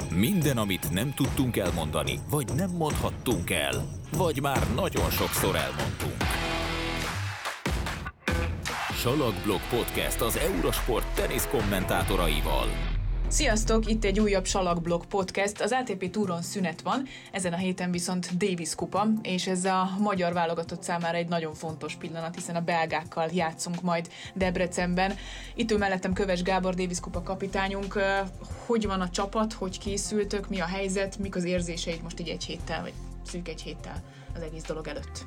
Minden, amit nem tudtunk elmondani, vagy nem mondhattunk el, vagy már nagyon sokszor elmondtunk. Salakblog Podcast az Eurosport tenisz kommentátoraival. Sziasztok! Itt egy újabb Salakblog Podcast. Az ATP Touron szünet van, ezen a héten viszont Davis kupa, és ez a magyar válogatott számára egy nagyon fontos pillanat, hiszen a belgákkal játszunk majd Debrecenben. Itt ül mellettem Köves Gábor, Davis kupa kapitányunk. Hogy van a csapat, hogy készültök, mi a helyzet, mik az érzéseid most így egy héttel, vagy szűk egy héttel az egész dolog előtt?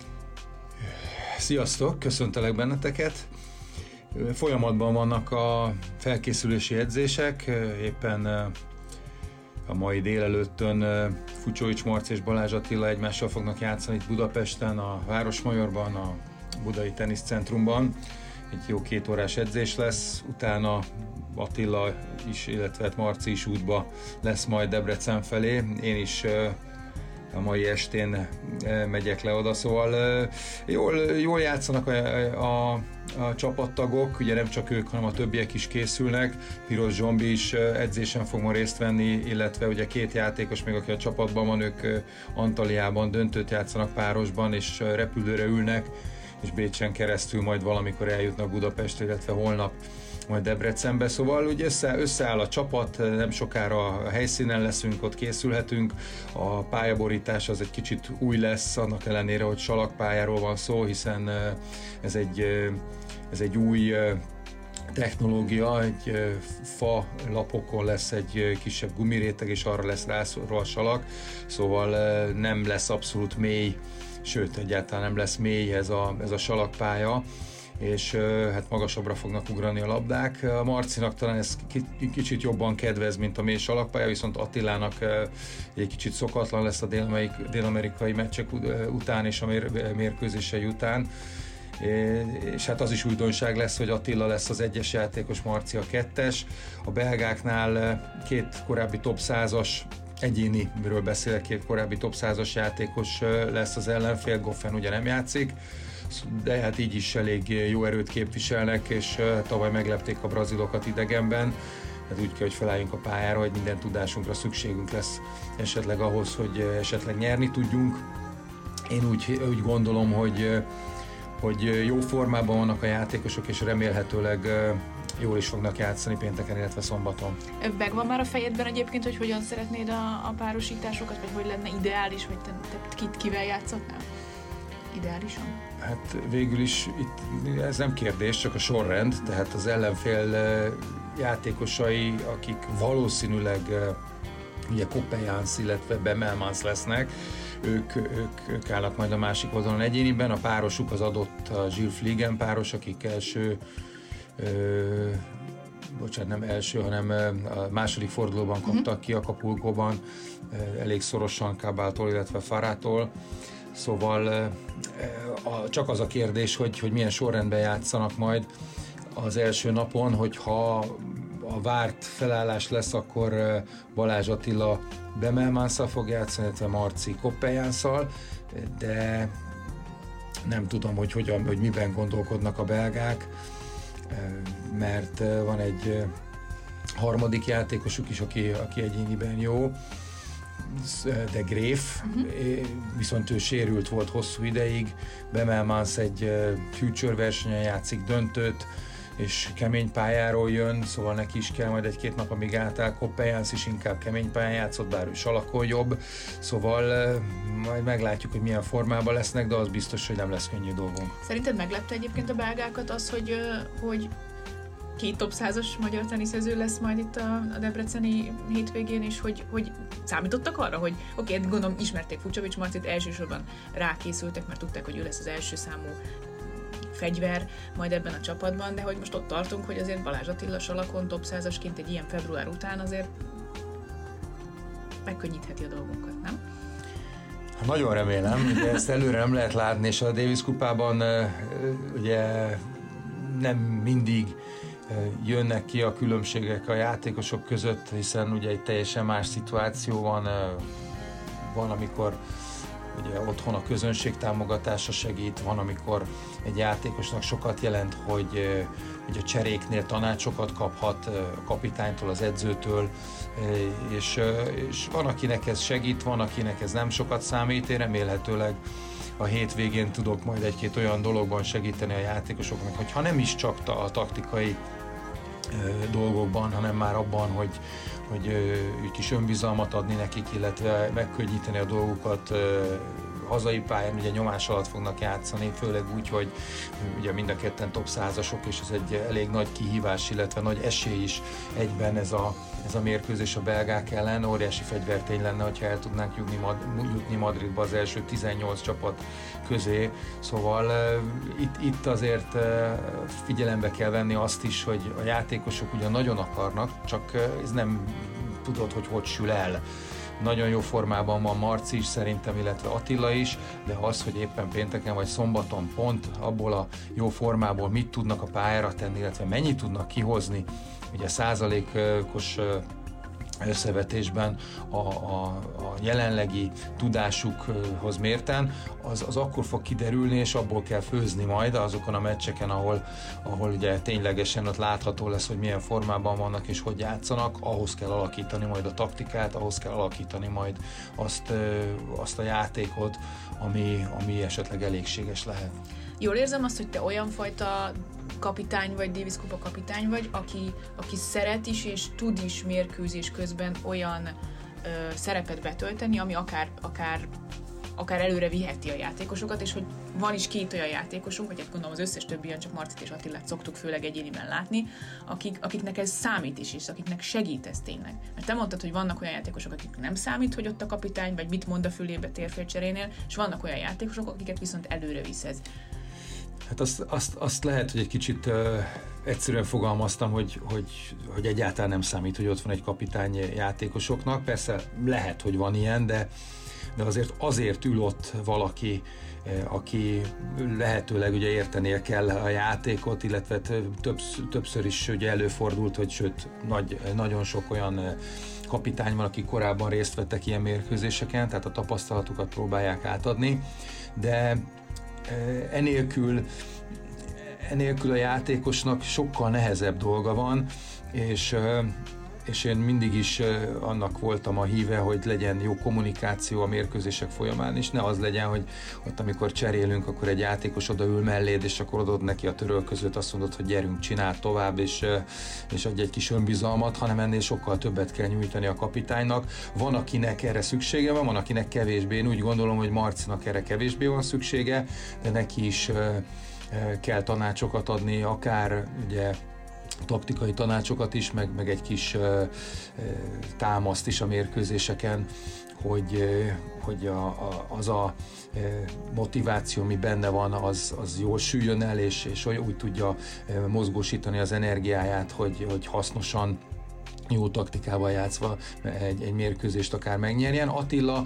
Sziasztok, köszöntelek benneteket! Folyamatban vannak a felkészülési edzések, éppen a mai délelőttön Fucsovics Marci és Balázs Attila egymással fognak játszani itt Budapesten, a Városmajorban, a Budai Teniszcentrumban. Egy jó 2 órás edzés lesz, utána Attila is, illetve Marci is útba lesz majd Debrecen felé. Én is a mai estén megyek le oda, szóval jól játszanak a csapattagok, ugye nem csak ők, hanem a többiek is készülnek. Piros Zsombi is edzésen fog ma részt venni, illetve ugye 2 játékos még, aki a csapatban van, ők Antaliában döntőt játszanak párosban, és repülőre ülnek, és Bécsen keresztül majd valamikor eljutnak Budapestre, illetve holnap majd Debrecenbe, szóval ugye összeáll a csapat, nem sokára a helyszínen leszünk, ott készülhetünk, a pályaborítás az egy kicsit új lesz, annak ellenére, hogy salakpályáról van szó, hiszen ez egy új technológia, egy fa lapokon lesz egy kisebb gumiréteg, és arra lesz rászorva a salak, szóval nem lesz abszolút mély, sőt, egyáltalán nem lesz mély ez a salakpálya, és hát magasabbra fognak ugrani a labdák. A Marcinak talán ez kicsit jobban kedvez, mint a mély salakpálya, viszont Attilának egy kicsit szokatlan lesz a dél-amerikai meccsek után és a mérkőzései után. És hát az is újdonság lesz, hogy Attila lesz az 1-es játékos, Marci a 2-es. A belgáknál 2 korábbi top 100-as, egyéniről beszélek, 2 korábbi top 100-as játékos lesz az ellenfél, Goffin ugye nem játszik, de hát így is elég jó erőt képviselnek, és tavaly meglepték a brazilokat idegenben. Hát úgy kell, hogy felálljunk a pályára, hogy minden tudásunkra szükségünk lesz esetleg ahhoz, hogy esetleg nyerni tudjunk. Én úgy gondolom, hogy jó formában vannak a játékosok, és remélhetőleg jól is fognak játszani pénteken, illetve szombaton. Megvan már a fejedben egyébként, hogy hogyan szeretnéd a párosításokat, vagy hogy lenne ideális, vagy te kivel játszhatnál? Ideálisan? Hát végül is itt ez nem kérdés, csak a sorrend, tehát az ellenfél játékosai, akik valószínűleg ugye Koppejánsz, illetve Bemelmans lesznek, ők állnak majd a másik oldalon egyéniben, a párosuk az adott a Gilles Fliegen páros, akik nem első, hanem a második fordulóban kaptak ki Acapulcóban, elég szorosan Cabáltól, illetve Farától. Szóval csak az a kérdés, hogy milyen sorrendben játszanak majd az első napon, hogyha a várt felállás lesz, akkor Balázs Attila Bemelmansszal fog játszani, illetve Marci Koppejánsszal, de nem tudom, hogy miben gondolkodnak a belgák, mert van egy harmadik játékosuk is, aki egyéniben jó, de Gréf, viszont ő sérült volt hosszú ideig, Bemelmans egy future versenyen játszik döntőt, és kemény pályáról jön, szóval neki is kell majd 1-2 nap, amíg átáll. Koppejánsz is inkább kemény pályán játszott, bár ő salakon jobb, szóval majd meglátjuk, hogy milyen formában lesznek, de az biztos, hogy nem lesz könnyű dolgunk. Szerinted meglepte egyébként a belgákat az, hogy 2 top 100-as magyar teniszező lesz majd itt a debreceni hétvégén, és hogy számítottak arra, hogy oké, gondolom ismerték Fucsovics Marcit, elsősorban rákészültek, mert tudták, hogy ő lesz az első számú fegyver majd ebben a csapatban, de hogy most ott tartunk, hogy azért Balázs Attila salakon top 100-asként egy ilyen február után azért megkönnyítheti a dolgunkat, nem? Nagyon remélem, de ezt előre nem lehet látni, és a Davis kupában ugye nem mindig jönnek ki a különbségek a játékosok között, hiszen ugye egy teljesen más szituáció van, amikor ugye otthon a közönség támogatása segít, van, amikor egy játékosnak sokat jelent, hogy a cseréknél tanácsokat kaphat a kapitánytól, az edzőtől, és van, akinek ez segít, van, akinek ez nem sokat számít, én remélhetőleg a hétvégén tudok majd egy-két olyan dologban segíteni a játékosoknak, hogy ha nem is csak a taktikai dolgokban, hanem már abban, hogy kis önbizalmat adni nekik, illetve megkönnyíteni a dolgukat hazai pályán, ugye nyomás alatt fognak játszani, főleg úgy, hogy ugye mind a ketten top 100-asok, és ez egy elég nagy kihívás, illetve nagy esély is egyben ez a mérkőzés a belgák ellen. Óriási fegyvertény lenne, hogyha el tudnánk jutni Madridba az első 18 csapat közé. Szóval itt azért figyelembe kell venni azt is, hogy a játékosok ugyan nagyon akarnak, csak ez nem tudod, hogy sül el. Nagyon jó formában van Marci is szerintem, illetve Attila is, de az, hogy éppen pénteken vagy szombaton pont abból a jó formából mit tudnak a pályára tenni, illetve mennyit tudnak kihozni, ugye százalékos összevetésben a jelenlegi tudásukhoz mérten, az akkor fog kiderülni, és abból kell főzni majd azokon a meccseken, ahol ugye ténylegesen ott látható lesz, hogy milyen formában vannak és hogy játszanak, ahhoz kell alakítani majd a taktikát, ahhoz kell alakítani majd azt a játékot, ami esetleg elégséges lehet. Jól érzem azt, hogy te olyan fajta kapitány vagy, Davis Kupa kapitány vagy, aki szeret is és tud is mérkőzés közben olyan szerepet betölteni, ami akár előre viheti a játékosokat, és hogy van is két olyan játékosunk, vagy hát gondolom az összes többi ilyen, csak Marcit és Attilát szoktuk főleg egyéniben látni, akiknek ez számít is, és akiknek segít ez tényleg. Mert te mondtad, hogy vannak olyan játékosok, akik nem számít, hogy ott a kapitány, vagy mit mond a fülébe térfélcserénél, és vannak olyan játékosok, akiket viszont előre visz ez. Hát azt lehet, hogy egy kicsit egyszerűen fogalmaztam, hogy egyáltalán nem számít, hogy ott van egy kapitány játékosoknak. Persze lehet, hogy van ilyen, de azért ül ott valaki, aki lehetőleg ugye értenie kell a játékot, illetve többször is ugye előfordult, hogy sőt, nagyon sok olyan kapitány van, akik korábban részt vettek ilyen mérkőzéseken, tehát a tapasztalatukat próbálják átadni, de enélkül a játékosnak sokkal nehezebb dolga van, és én mindig is annak voltam a híve, hogy legyen jó kommunikáció a mérkőzések folyamán, és ne az legyen, hogy ott amikor cserélünk, akkor egy játékos odaül melléd, és akkor adod neki a törölközőt, azt mondod, hogy gyerünk, csináld tovább, és adj egy kis önbizalmat, hanem ennél sokkal többet kell nyújtani a kapitánynak. Van, akinek erre szüksége van akinek kevésbé. Én úgy gondolom, hogy Marcinak erre kevésbé van szüksége, de neki is kell tanácsokat adni, akár ugye taktikai tanácsokat is, meg egy kis támaszt is a mérkőzéseken, hogy az a motiváció, ami benne van, az jól süljön el, és úgy tudja mozgósítani az energiáját, hogy hasznosan, jó taktikával játszva egy mérkőzést akár megnyerjen. Attila,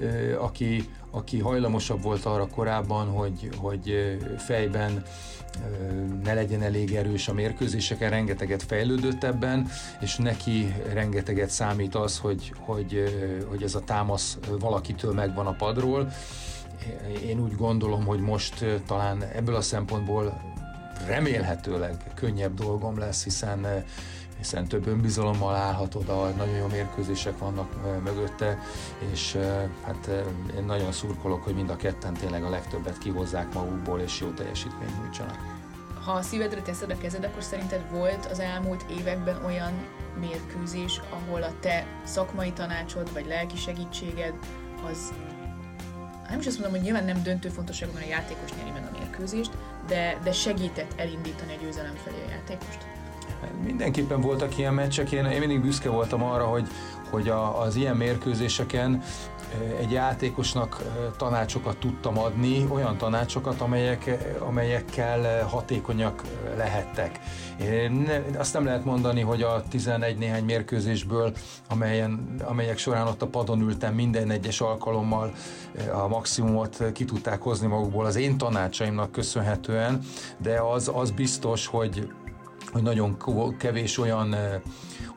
aki hajlamosabb volt arra korábban, hogy fejben ne legyen elég erős a mérkőzéseken, rengeteget fejlődött ebben, és neki rengeteget számít az, hogy ez a támasz valakitől megvan a padról. Én úgy gondolom, hogy most talán ebből a szempontból remélhetőleg könnyebb dolgom lesz, hiszen több önbizalommal állhat oda, nagyon jó mérkőzések vannak mögötte, és hát én nagyon szurkolok, hogy mind a ketten tényleg a legtöbbet kihozzák magukból, és jó teljesítményt nyújtsanak. Ha a szívedre teszed a kezed, akkor szerinted volt az elmúlt években olyan mérkőzés, ahol a te szakmai tanácsod, vagy lelki segítséged, az nem is azt mondom, hogy nyilván nem döntő fontosságú, mert a játékos nyeri meg a mérkőzést, de segített elindítani a győzelem felé a játékost? Mindenképpen voltak ilyen meccsek, én mindig büszke voltam arra, hogy az ilyen mérkőzéseken egy játékosnak tanácsokat tudtam adni, olyan tanácsokat, amelyekkel hatékonyak lehettek. Azt nem lehet mondani, hogy a 11 néhány mérkőzésből, amelyek során ott a padon ültem, minden egyes alkalommal a maximumot ki tudták hozni magukból az én tanácsaimnak köszönhetően, de az biztos, hogy nagyon kevés olyan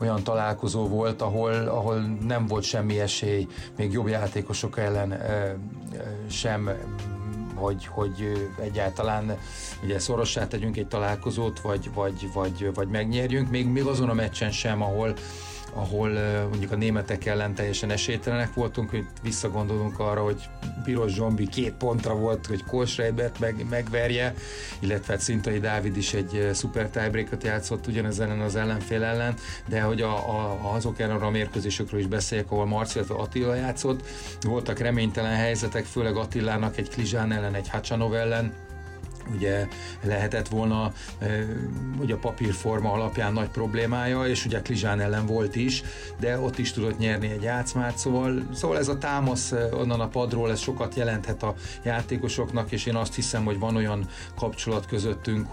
olyan találkozó volt, ahol nem volt semmi esély, még jobb játékosok ellen sem, hogy egyáltalán ugye szorossá tegyünk egy találkozót, vagy megnyerjünk, még azon a meccsen sem, ahol mondjuk a németek ellen teljesen esélytelenek voltunk, hogy visszagondolunk arra, hogy Piros Zsombi 2 pontra volt, hogy Kohlschreibert megverje, illetve hát Szintai Dávid is egy szuper tiebreaket játszott ugyanezen az ellenfél ellen, de hogy azok ellen a mérkőzésekről is beszéljek, ahol Marci, illetve Attila játszott, voltak reménytelen helyzetek, főleg Attilának egy Klizsán ellen, egy Hacsanov ellen, ugye lehetett volna ugye a papírforma alapján nagy problémája, és ugye Klizsán ellen volt is, de ott is tudott nyerni egy játszmát, szóval ez a támasz onnan a padról, ez sokat jelenthet a játékosoknak, és én azt hiszem, hogy van olyan kapcsolat közöttünk,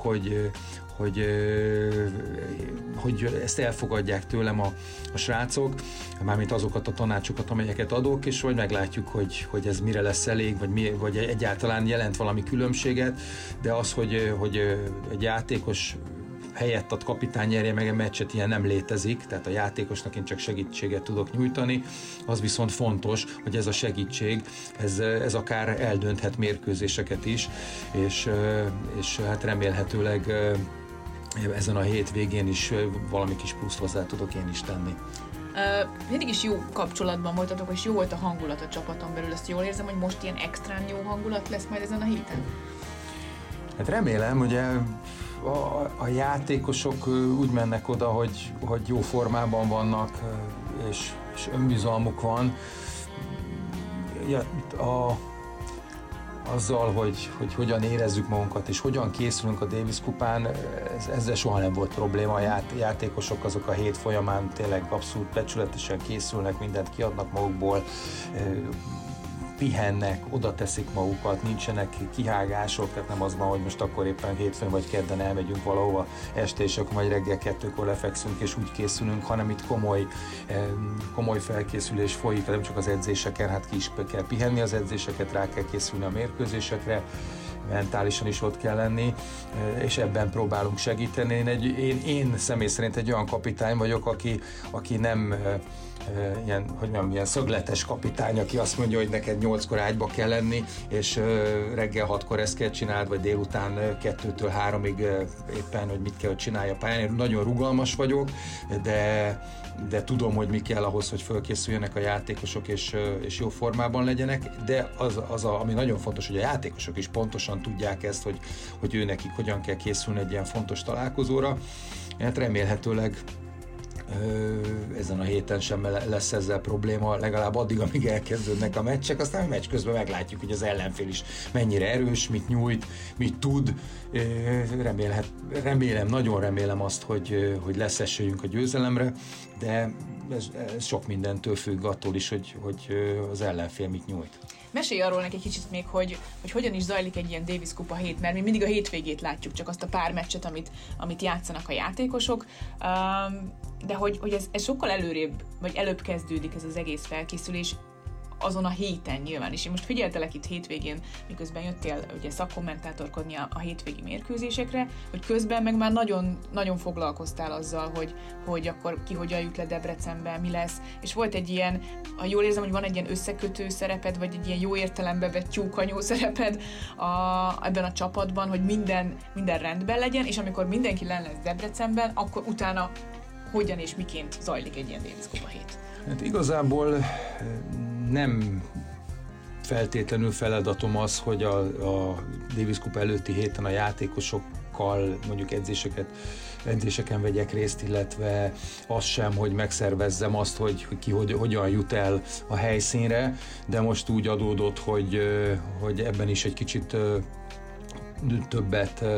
hogy ezt elfogadják tőlem a srácok, mármint azokat a tanácsokat, amelyeket adok, és vagy meglátjuk, hogy ez mire lesz elég, vagy egyáltalán jelent valami különbséget, de az, hogy egy játékos helyett a kapitány nyerje meg a meccset, ilyen nem létezik, tehát a játékosnak én csak segítséget tudok nyújtani, az viszont fontos, hogy ez a segítség, ez akár eldönthet mérkőzéseket is, és hát remélhetőleg ezen a hétvégén is valami kis pluszt hozzá tudok én is tenni. Mindig is jó kapcsolatban voltatok, és jó volt a hangulat a csapaton belül. Ezt jól érzem, hogy most ilyen extrán jó hangulat lesz majd ezen a héten? Hát remélem, ugye a játékosok úgy mennek oda, hogy jó formában vannak, és önbizalmuk van. Ja, azzal, hogy hogyan érezzük magunkat, és hogyan készülünk a Davis kupán, ezzel soha nem volt probléma. A játékosok azok a hét folyamán tényleg abszolút becsületesen készülnek, mindent kiadnak magukból, pihennek, oda teszik magukat, nincsenek kihágások, tehát nem az van, hogy most akkor éppen hétfőn vagy kedden elmegyünk valahova este, és akkor majd reggel 2-kor lefekszünk, és úgy készülünk, hanem itt komoly felkészülés folyik, nem csak az edzéseken, hát ki is kell pihenni az edzéseket, rá kell készülni a mérkőzésekre, mentálisan is ott kell lenni, és ebben próbálunk segíteni. Én személy szerint egy olyan kapitány vagyok, aki nem ilyen szögletes kapitány, aki azt mondja, hogy neked 8-kor ágyba kell lenni, és reggel 6-kor ezt kell csináld, vagy délután 2-től 3-ig éppen, hogy mit kell, hogy csinálja a pályán. Én nagyon rugalmas vagyok, de tudom, hogy mi kell ahhoz, hogy fölkészüljenek a játékosok, és jó formában legyenek, de ami nagyon fontos, hogy a játékosok is pontosan tudják ezt, hogy ő nekik hogyan kell készülni egy ilyen fontos találkozóra. Hát remélhetőleg ezen a héten sem lesz ezzel probléma, legalább addig, amíg elkezdődnek a meccsek, aztán a meccs közben meglátjuk, hogy az ellenfél is mennyire erős, mit nyújt, mit tud. Nagyon remélem azt, hogy lesz esélyünk a győzelemre, de ez sok mindentől függ, attól is, hogy az ellenfél mit nyújt. Mesélj arról neki kicsit még, hogy hogyan is zajlik egy ilyen Davis kupa hét, mert mi mindig a hétvégét látjuk, csak azt a pár meccset, amit játszanak a játékosok, de hogy ez sokkal előbb kezdődik ez az egész felkészülés, azon a héten nyilván is. Én most figyeltelek itt hétvégén, miközben jöttél ugye szakkommentátorkodni a hétvégi mérkőzésekre, hogy közben meg már nagyon, nagyon foglalkoztál azzal, hogy akkor ki hogyan jut le Debrecenbe, mi lesz. És volt egy ilyen, ha jól érzem, hogy van egy ilyen összekötő szereped, vagy egy ilyen jó értelembe vett tyúkanyó szereped ebben a csapatban, hogy minden rendben legyen, és amikor mindenki len lesz Debrecenben, akkor utána hogyan és miként zajlik egy ilyen Davis kupa hét. Hát igazából nem feltétlenül feladatom az, hogy a Davis Cup előtti héten a játékosokkal mondjuk edzéseken vegyek részt, illetve az sem, hogy megszervezzem azt, hogy ki hogyan jut el a helyszínre, de most úgy adódott, hogy ebben is egy kicsit többet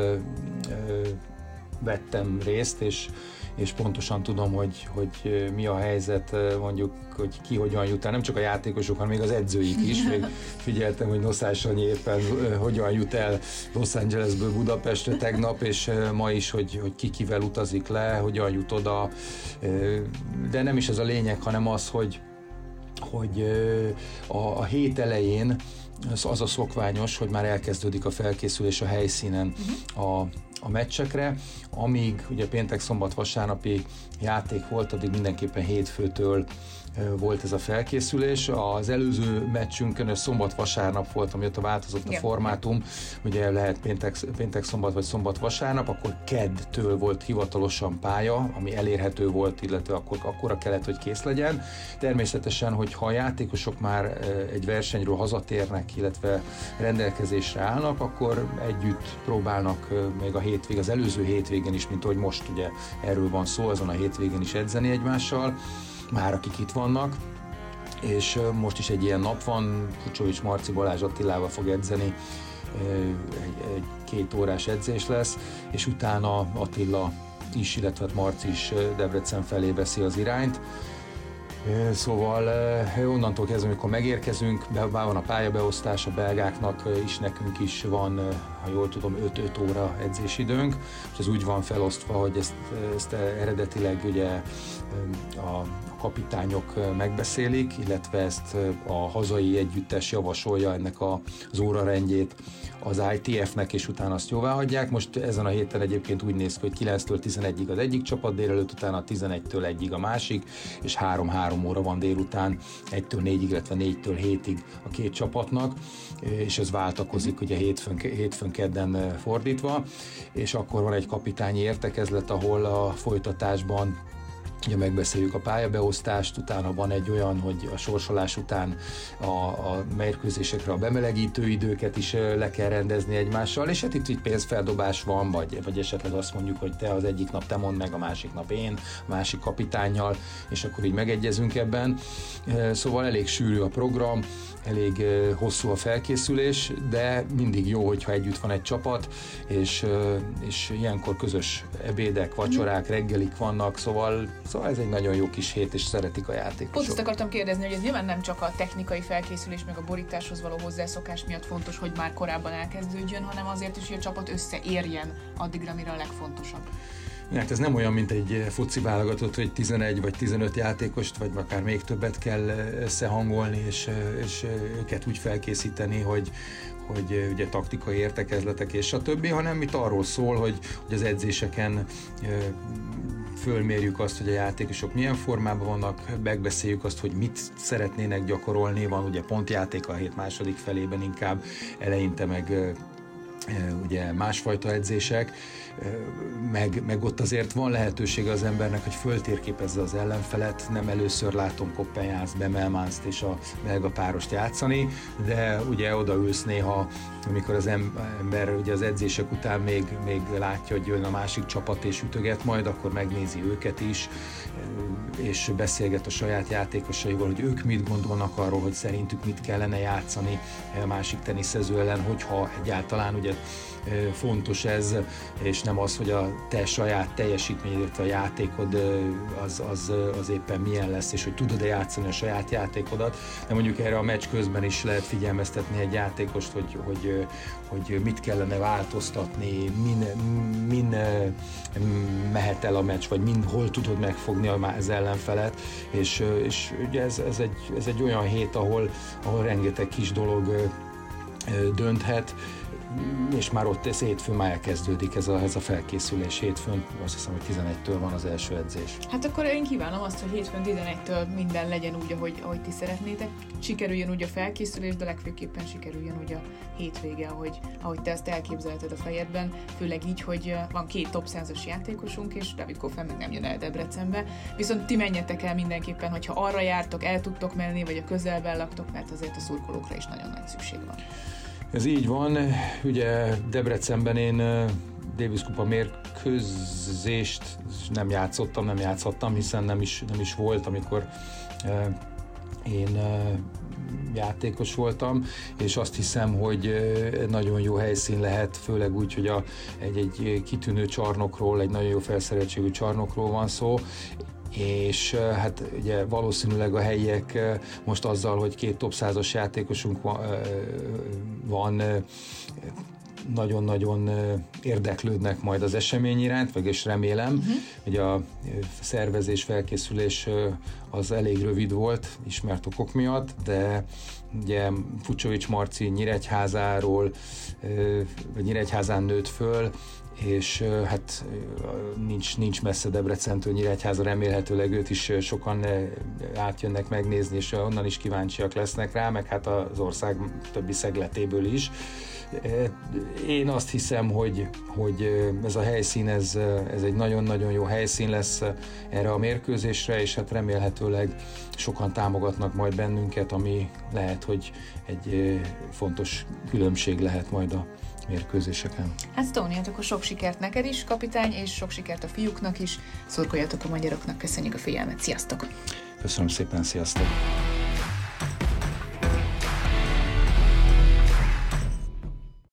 vettem részt, és pontosan tudom, hogy mi a helyzet, mondjuk, hogy ki hogyan jut el, nem csak a játékosok, hanem még az edzőik is. Még figyeltem, hogy Noszás Sanyi éppen hogyan jut el Los Angelesből Budapestre tegnap, és ma is, hogy ki kivel utazik le, hogyan jut oda. De nem is ez a lényeg, hanem az, hogy a hét elején az a szokványos, hogy már elkezdődik a felkészülés a helyszínen, a meccsekre, amíg ugye péntek, szombat, vasárnapi játék volt, addig mindenképpen hétfőtől volt ez a felkészülés. Az előző meccsünkön szombat-vasárnap volt, amióta változott a formátum, ugye lehet péntek-szombat vagy szombat-vasárnap, akkor keddtől volt hivatalosan pálya, ami elérhető volt, illetve akkora kellett, hogy kész legyen. Természetesen, hogyha a játékosok már egy versenyről hazatérnek, illetve rendelkezésre állnak, akkor együtt próbálnak még a hétvég, az előző hétvégén is, mint ahogy most ugye erről van szó, azon a hétvégén is edzeni egymással, már akik itt vannak, és most is egy ilyen nap van, Fucsovics Marci Balázs Attilával fog edzeni, egy 2 órás edzés lesz, és utána Attila is, illetve Marci is Debrecen felé veszi az irányt. Szóval onnantól kezdve, amikor megérkezünk, van a pályabeosztás a belgáknak is, nekünk is van, ha jól tudom, 5 óra edzésidőnk, és ez úgy van felosztva, hogy ezt eredetileg ugye a kapitányok megbeszélik, illetve ezt a hazai együttes javasolja ennek az órarendjét az ITF-nek, és utána azt jóváhagyják. Most ezen a héten egyébként úgy néz ki, hogy 9-től 11-ig az egyik csapat délelőtt, utána 11-től 1-ig a másik, és 3 óra van délután, 1-től 4-ig, illetve 4-től 7-ig a 2 csapatnak, és ez váltakozik ugye hétfőn kedden fordítva, és akkor van egy kapitányi értekezlet, ahol a folytatásban ugye megbeszéljük a pályabeosztást, utána van egy olyan, hogy a sorsolás után a mérkőzésekre a bemelegítő időket is le kell rendezni egymással, és hát itt pénzfeldobás van, vagy esetleg azt mondjuk, hogy te az egyik nap te mondd meg, a másik nap én, a másik kapitánnyal, és akkor így megegyezünk ebben. Szóval elég sűrű a program, elég hosszú a felkészülés, de mindig jó, hogyha együtt van egy csapat, és ilyenkor közös ebédek, vacsorák, reggelik vannak, szóval ez egy nagyon jó kis hét, és szeretik a játékosok. Pont azt akartam kérdezni, hogy ez nyilván nem csak a technikai felkészülés, meg a borításhoz való hozzászokás miatt fontos, hogy már korábban elkezdődjön, hanem azért is, hogy a csapat összeérjen addigra, mire a legfontosabb. Hát ez nem olyan, mint egy foci válogatott, hogy 11 vagy 15 játékost, vagy akár még többet kell összehangolni, és őket úgy felkészíteni, hogy ugye taktikai értekezletek és stb., hanem itt arról szól, hogy az edzéseken fölmérjük azt, hogy a játékosok milyen formában vannak, megbeszéljük azt, hogy mit szeretnének gyakorolni, van ugye pontjáték a hét második felében inkább, eleinte meg ugye másfajta edzések, meg ott azért van lehetősége az embernek, hogy föltérképezze az ellenfelet, nem először látom Koppenjász, Bemelmánzt és a belga párost játszani, de ugye odaülsz néha, amikor az ember ugye az edzések után még látja, hogy jön a másik csapat és ütöget majd, akkor megnézi őket is, és beszélget a saját játékosaival, hogy ők mit gondolnak arról, hogy szerintük mit kellene játszani a másik teniszező ellen, hogyha egyáltalán ugye fontos ez, és nem az, hogy a te saját teljesítmény, illetve a játékod az éppen milyen lesz, és hogy tudod-e játszani a saját játékodat, de mondjuk erre a meccs közben is lehet figyelmeztetni egy játékost, hogy mit kellene változtatni, min mehet el a meccs, vagy hol tudod megfogni az ellenfelet, és ugye ez egy olyan hét, ahol rengeteg kis dolog dönthet, és már ott ez hétfőn már elkezdődik ez a felkészülés. Hétfőn azt hiszem, hogy 11-től van az első edzés. Hát akkor én kívánom azt, hogy hétfőn 11-től minden legyen úgy, ahogy ti szeretnétek. Sikerüljön úgy a felkészülés, de legfőképpen sikerüljön úgy a hétvége, ahogy te ezt elképzelted a fejedben. Főleg így, hogy van 2 top 100-as játékosunk, és David Goffin meg nem jön el Debrecenbe. Viszont ti menjetek el mindenképpen, hogyha arra jártok, el tudtok menni, vagy a közelben laktok, mert azért a szurkolókra is nagyon nagy szükség van. Ez így van, ugye Debrecenben én Davis Kupa mérkőzést nem játszhattam, hiszen nem is volt, amikor én játékos voltam, és azt hiszem, hogy nagyon jó helyszín lehet, főleg úgy, hogy egy kitűnő csarnokról, egy nagyon jó felszereltségű csarnokról van szó, és hát ugye valószínűleg a helyiek most azzal, hogy 2 top 100-as játékosunk van, nagyon-nagyon érdeklődnek majd az esemény iránt, és remélem, hogy a szervezés, felkészülés az elég rövid volt, ismert okok miatt, de ugye Fucsovics Marci Nyíregyházáról, vagy Nyíregyházán nőtt föl, és hát nincs messze Debrecentől Nyíregyháza, remélhetőleg őt is sokan átjönnek megnézni, és onnan is kíváncsiak lesznek rá, meg hát az ország többi szegletéből is. Én azt hiszem, hogy ez a helyszín, ez egy nagyon-nagyon jó helyszín lesz erre a mérkőzésre, és hát remélhetőleg sokan támogatnak majd bennünket, ami lehet, hogy egy fontos különbség lehet majd a mérkőzéseken. Hát Stoney, hát akkor sok sikert neked is, kapitány, és sok sikert a fiúknak is. Szurkoljatok a magyaroknak, köszönjük a figyelmet, sziasztok! Köszönöm szépen, sziasztok!